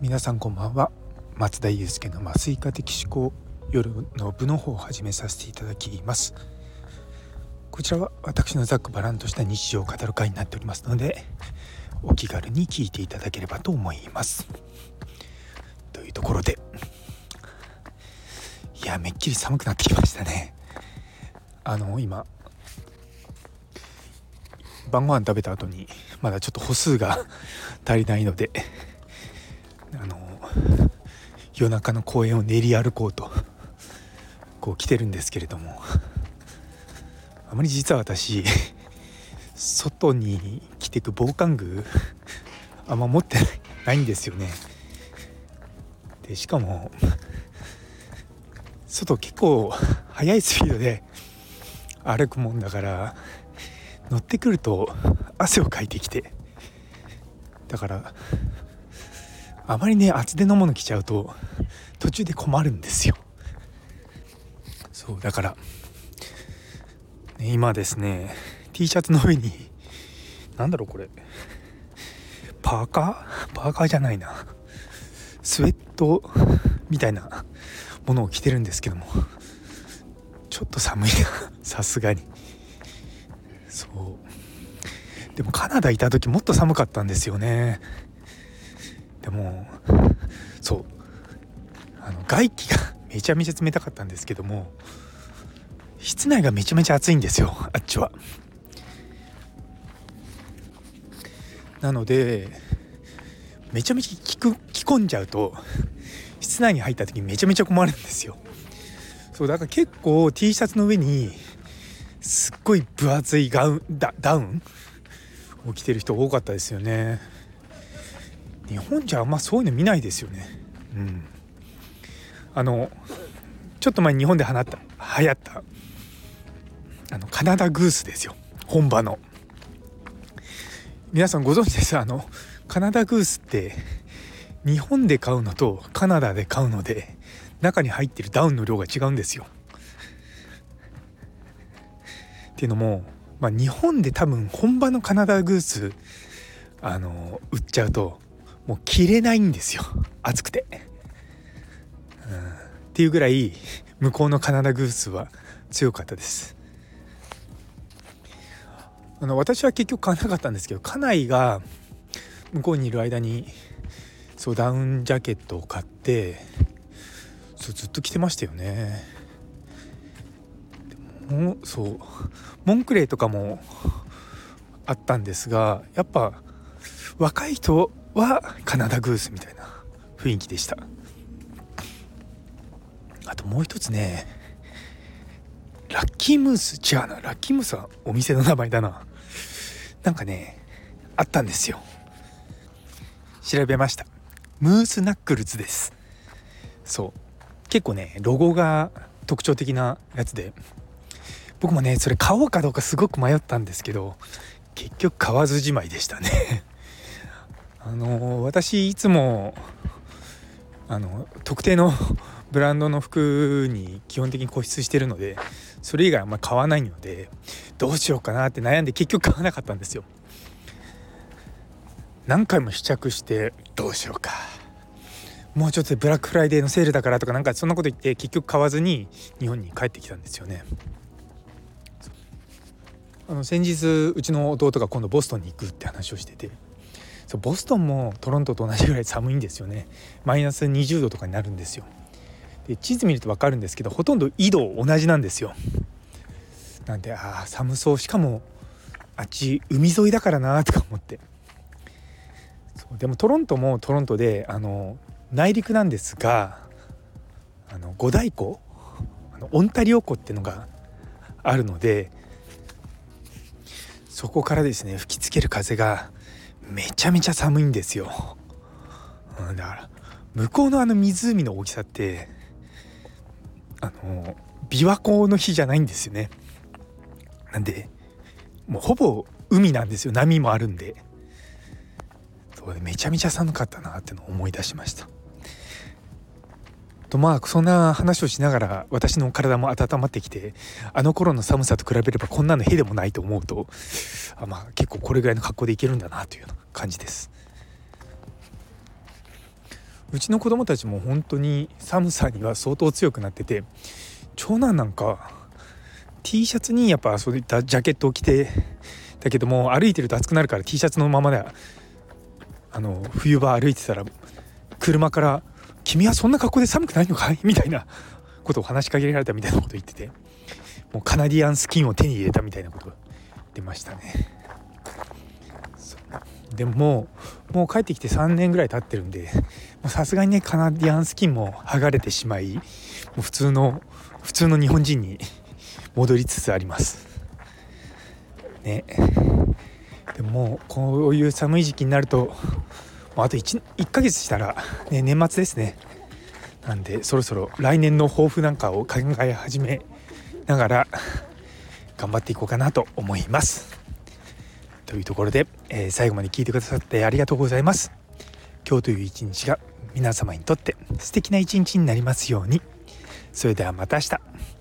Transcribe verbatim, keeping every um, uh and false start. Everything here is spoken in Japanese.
皆さんこんばんは。松田祐介の麻酔科的思考夜の部の方を始めさせていただきます。こちらは私のざっくばらんとした日常を語る会になっておりますので、お気軽に聞いていただければと思います。というところで、いやめっきり寒くなってきましたね。あの今晩ご飯食べた後にまだちょっと歩数が足りないので、あの夜中の公園を練り歩こうとこう来てるんですけれども、あまり実は私外に着てく防寒具あんま持ってないんですよね。でしかも外結構速いスピードで歩くもんだから、乗ってくると汗をかいてきて、だからあまりね厚手のもの着ちゃうと途中で困るんですよ。そうだから、ね、今ですね T シャツの上になんだろうこれパーカーパーカーじゃないなスウェットみたいなものを着てるんですけども、ちょっと寒いなさすがに。そうでもカナダいた時もっと寒かったんですよね。でもそうあの外気がめちゃめちゃ冷たかったんですけども、室内がめちゃめちゃ暑いんですよあっちは。なのでめちゃめちゃ着く着込んじゃうと室内に入った時にめちゃめちゃ困るんですよ。そうだから結構 T シャツの上にすっごい分厚いガウン ダ, ダウンを着てる人多かったですよね。日本じゃあんまそういうの見ないですよね。うん、あのちょっと前に日本で流行った流行ったあのカナダグースですよ。本場の皆さんご存知です？あのカナダグースって日本で買うのとカナダで買うので中に入ってるダウンの量が違うんですよ。っていうのも、まあ、日本で多分本場のカナダグースあの売っちゃうともう着れないんですよ、暑くて、うん、っていうぐらい向こうのカナダグースは強かったです。あの私は結局買わなかったんですけど、家内が向こうにいる間にそうダウンジャケットを買ってそうずっと着てましたよね。でもそうモンクレーとかもあったんですが、やっぱ若い人はカナダグースみたいな雰囲気でした。あともう一つね、ラッキームース違うなラッキームースはお店の名前だな。なんかねあったんですよ。調べました。ムースナックルズです。そう結構ねロゴが特徴的なやつで、僕もねそれ買おうかどうかすごく迷ったんですけど結局買わずじまいでしたねあの私いつもあの特定のブランドの服に基本的に固執してるので、それ以外あんま買わないのでどうしようかなって悩んで結局買わなかったんですよ。何回も試着してどうしようか、もうちょっとでブラックフライデーのセールだからとかなんかそんなこと言って結局買わずに日本に帰ってきたんですよね。あの先日うちの弟が今度ボストンに行くって話をしてて、そうボストンもトロントと同じぐらい寒いんですよね。マイナスにじゅうどとかになるんですよ。で地図見ると分かるんですけどほとんど緯度同じなんですよ。なんであ寒そう、しかもあっち海沿いだからなとか思って、そうでもトロントもトロントであの内陸なんですが、あの五大湖あのオンタリオ湖っていうのがあるので、そこからですね吹きつける風がめちゃめちゃ寒いんですよ、うん、だから向こうのあの湖の大きさってあの琵琶湖の日じゃないんですよね。なんでもうほぼ海なんですよ。波もあるんで、そうめちゃめちゃ寒かったなってのを思い出しました。とまあそんな話をしながら私の体も温まってきて、あの頃の寒さと比べればこんなのへでもないと思うと、あまあ結構これぐらいの格好でいけるんだなというような感じです。 うちの子供たちも本当に寒さには相当強くなってて、長男なんか T シャツにやっぱそういったジャケットを着てだけども、歩いてると暑くなるから T シャツのままであの冬場歩いてたら、車から「君はそんな格好で寒くないのかい?」みたいなことを話しかけられたみたいなこと言ってて、もうカナディアンスキンを手に入れたみたいなことを言ってましたね。でももう、もう帰ってきてさんねんぐらい経ってるんで、さすがにねカナディアンスキンも剥がれてしまい、もう普通の普通の日本人に戻りつつありますね。でももうこういう寒い時期になると、あと 1, いっかげつしたら、ね、年末ですね。なんでそろそろ来年の抱負なんかを考え始めながら頑張っていこうかなと思います。というところで、えー、最後まで聞いてくださってありがとうございます。今日という一日が皆様にとって素敵な一日になりますように。それではまた明日。